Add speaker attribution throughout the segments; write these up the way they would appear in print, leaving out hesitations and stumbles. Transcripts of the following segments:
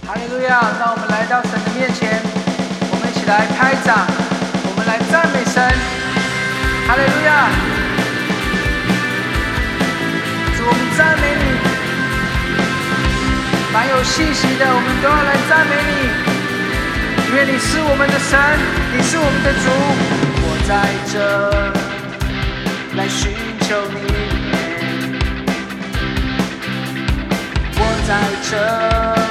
Speaker 1: 哈利路亚！让我们来到神的面前，我们一起来拍掌，我们来赞美神。哈利路亚！主，我们赞美你。凡有信息的，我们都要来赞美你，因为你是我们的神，你是我们的主。我在这来寻求你，我在这。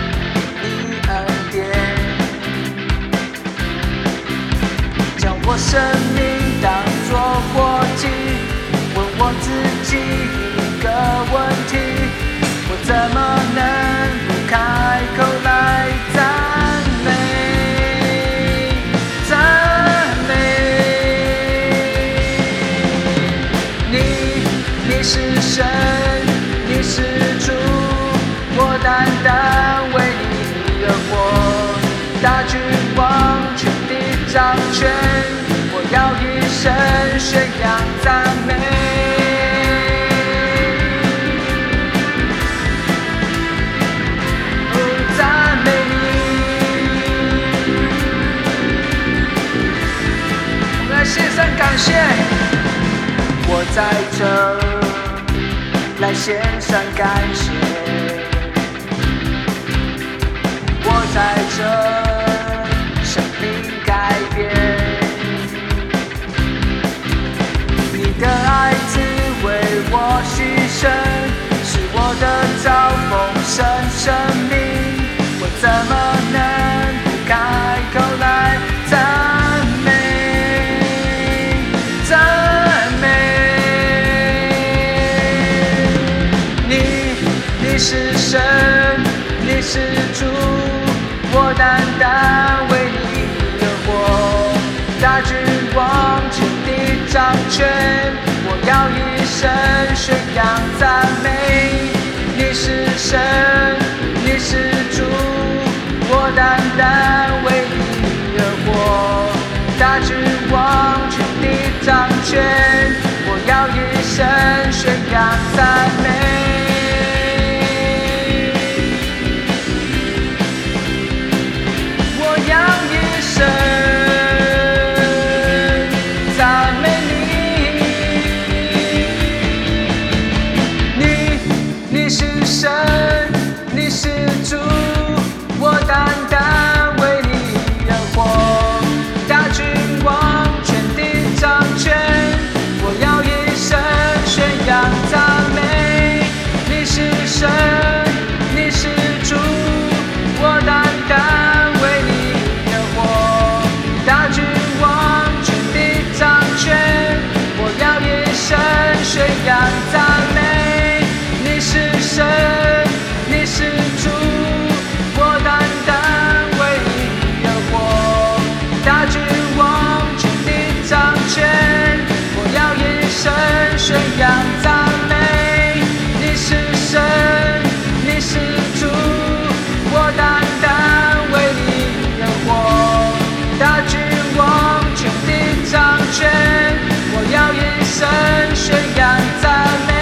Speaker 1: 我生命当作活祭，问我自己一个问题：我怎么能不开口来赞美？赞美你是神，你是主，我单单为你而活，大君王全地掌权。要一生宣扬赞美，赞美你。我们来献上感谢，我在这来献上感谢，我在这生命改变。你的爱子为我牺牲，是我的造丰盛生命，我怎么能不开口来赞美？赞美你是神，你是主，我单单为你而活，大君王全地掌权。我要一生宣扬赞美，你是神，你是主，我单单为你而活，大君王全地掌权，我要一生宣扬赞美。我要一生。神，你是主，我单单为你而活，大君王全地掌权，我要一生宣扬赞美。你是神，你是主，我单单为你而活，大君王全地掌权，我要一生宣扬赞美。你是神，你是主，我单单为你而活，大君王全地掌权，我要一生宣扬赞美。你是神，你是主，我单单为你而活，大君王全地掌权，我要一生宣扬赞美。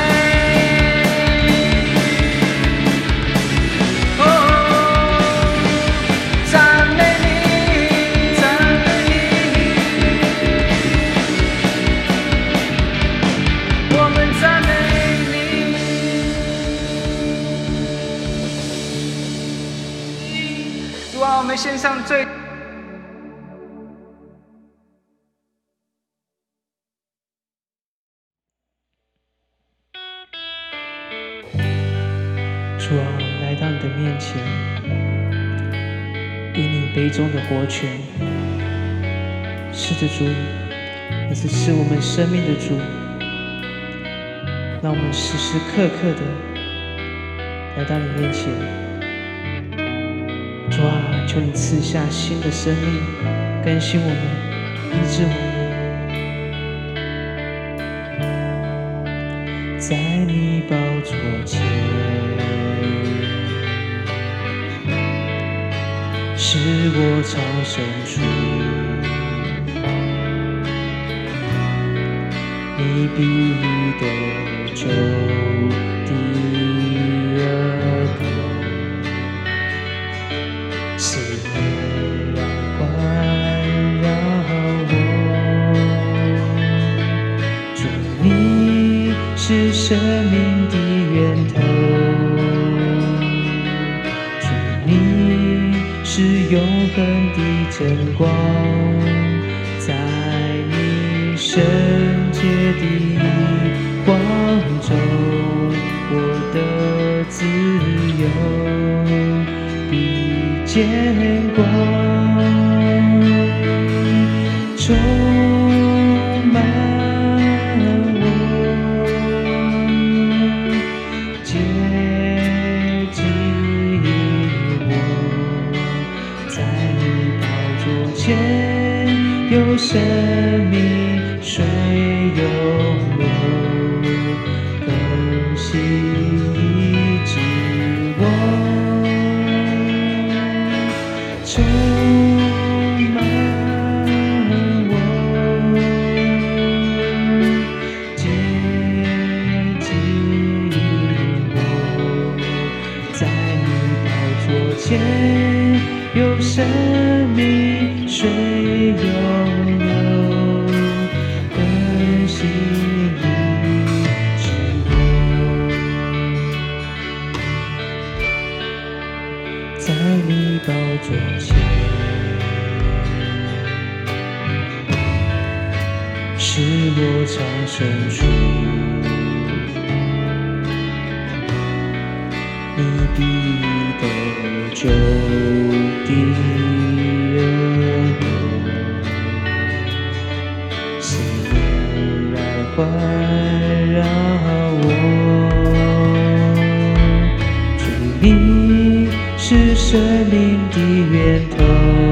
Speaker 1: 我们献上最
Speaker 2: 主啊，来到你的面前，以你杯中的活泉。是的，主，你是赐我们生命的主，让我们时时刻刻的来到你面前。主啊，求你赐下新的生命，更新我们，医治我们。在你宝座前，是我藏身处，你必你的仇敌而永恒的真光，在你圣洁的光中，我的自由比见光，充满我，接近我，在你宝座前有生命水涌流，更新医治我，充满我，接近我，在你宝座前有生命水涌流，更新医治我，在你宝座前是我藏身处，你必得救的人，喜乐来环绕我，主你是生命的源头，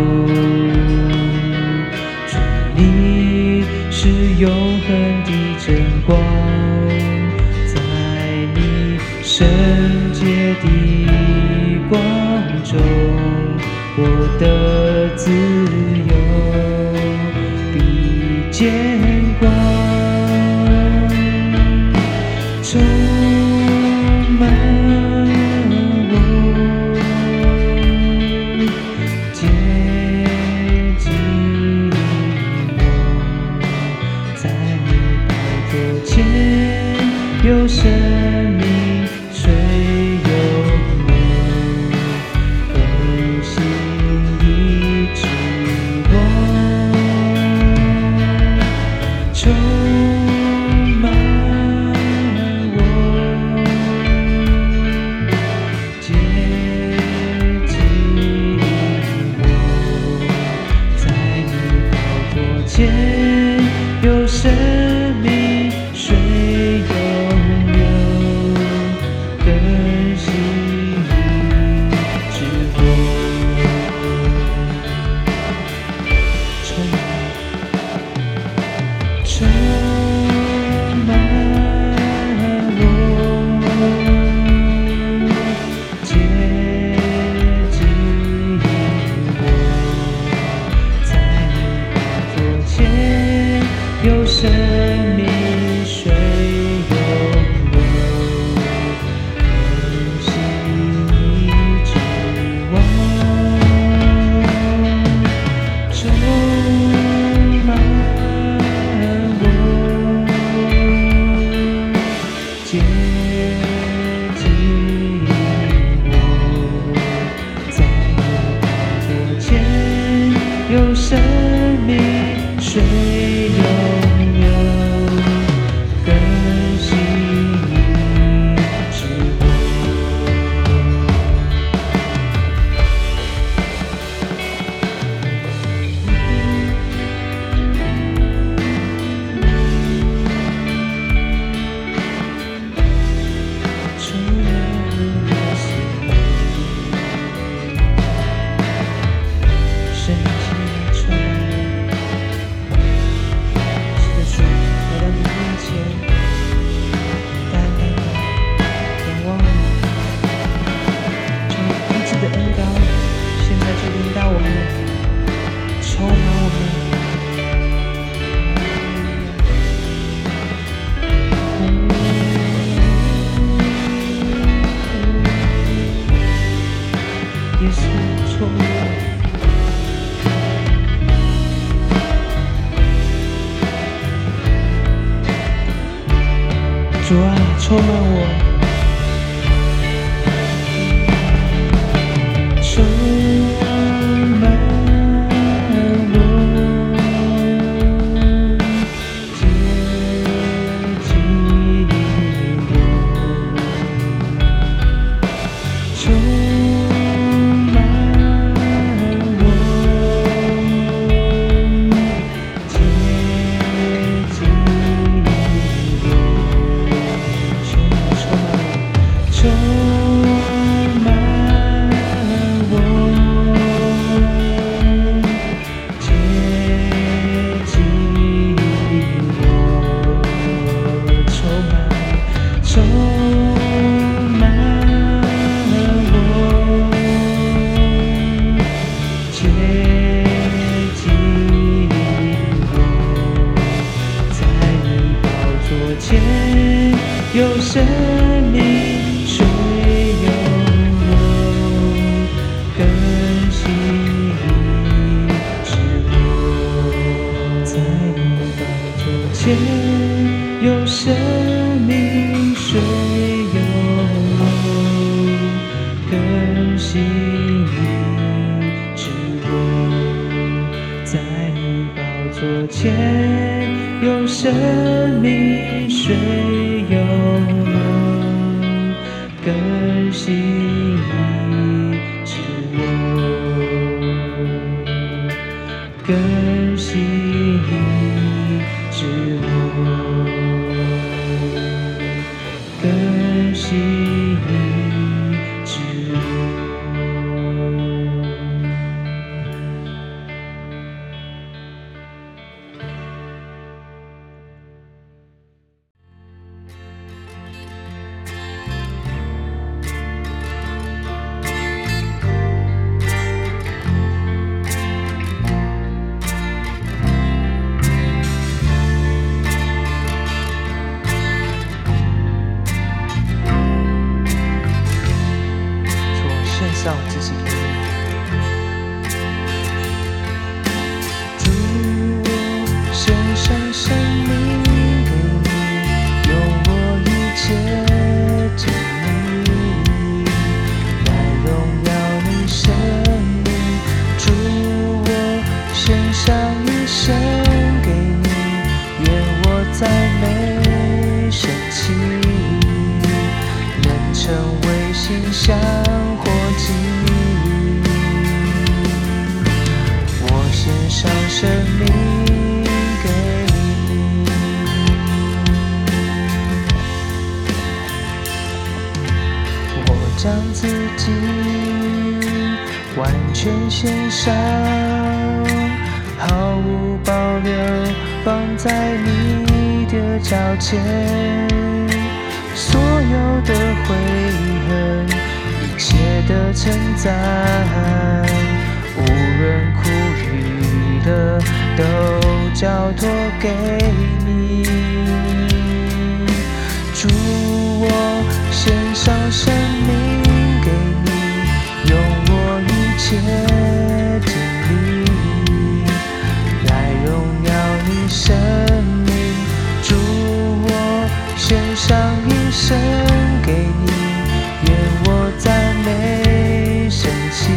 Speaker 2: 主你是永恒的真光，在你圣洁的光中，我的自由比见光，充满我，接近我，在你宝座前有生命水涌流，更新医治我，充满我，接近我，在你宝座前有生命水涌流，更新医治我，充满我，接近我，在你宝座前有生命水涌流，更新医治我，充满我，接近我，在你宝座前有生命水涌流，更新医治我，充满我心，圣洁充满我，是的主，来到你面前，单单的仰望你，求你医治的恩膏现在就临到我们，充满我们。耶稣充满我，主啊，充满我，充惜你知我，在你宝座前有生命水涌流，更惜你知我，更惜你知我，更惜你知我。
Speaker 1: 献上我自己给你。
Speaker 2: 主，我献上生命给你，用我一切尽力来荣耀你生命。主，我献上一生给你，愿我赞美神奇，能成为馨香火祭。我献上生命给你，我将自己完全献上，毫无保留放在你的脚前。所有的悔恨，一切的称赞，无论苦与乐，都交托给你。主，我献上生命给你，用我一切尽力来荣耀你生命。主，我献上一生给你，愿我赞美神奇，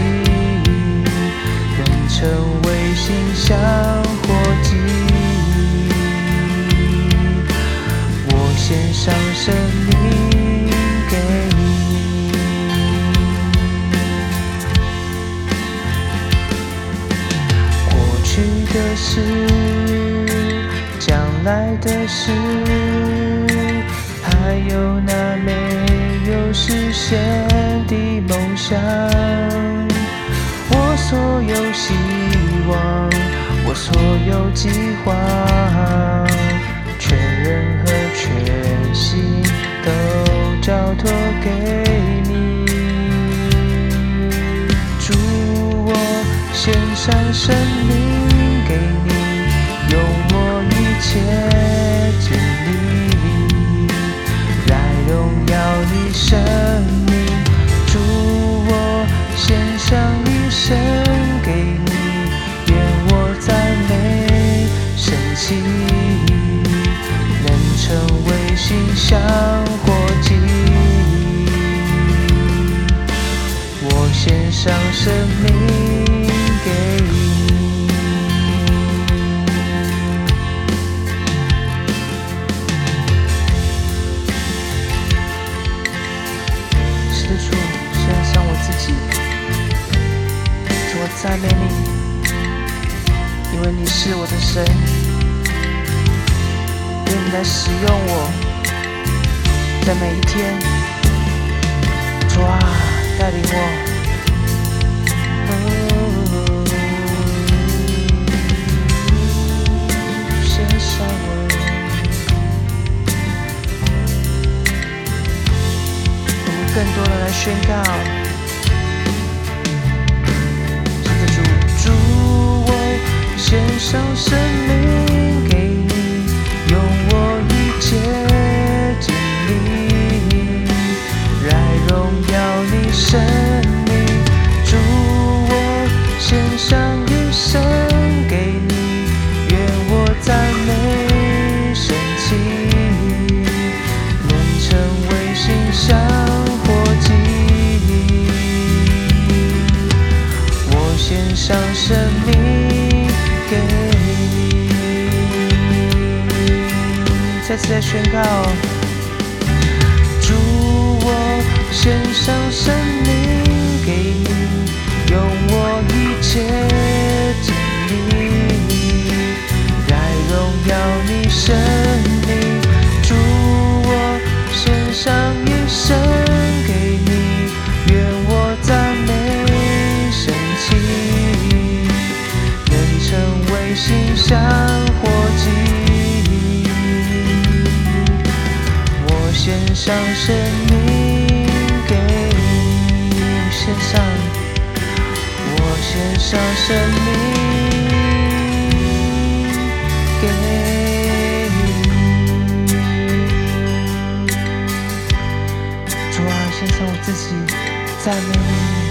Speaker 2: 能成为馨香火祭。我献上生命给你，过去的事，将来的事，还有那没有实现的梦想，我所有希望，我所有计划，全人和全心都交托给你。主，我献上生命给你，用我一切尽力来荣耀你生命。主，我献上一生给你，愿我赞美神奇，能成为馨香火祭。我献上生命给你，是的，主，献上我自己，主，我赞美你，因为你是我的神，愿你来使用我，在每一天，主啊，带领我。献上我，我们更多的来宣告。是的，主，我献上生命给你，用我一切尽力来荣耀你生命。主，我献上一生给你，愿我赞美神奇，能成为馨香火祭。
Speaker 1: 上生命给你。再次来宣告，主，我献上生命给你，用我一切精力来荣耀你生命。主，我献上一生给你，愿我赞美神奇，能成为馨香火祭。我献上生命给你，献上，我献上生命给你。主啊，献上我自己，赞美你。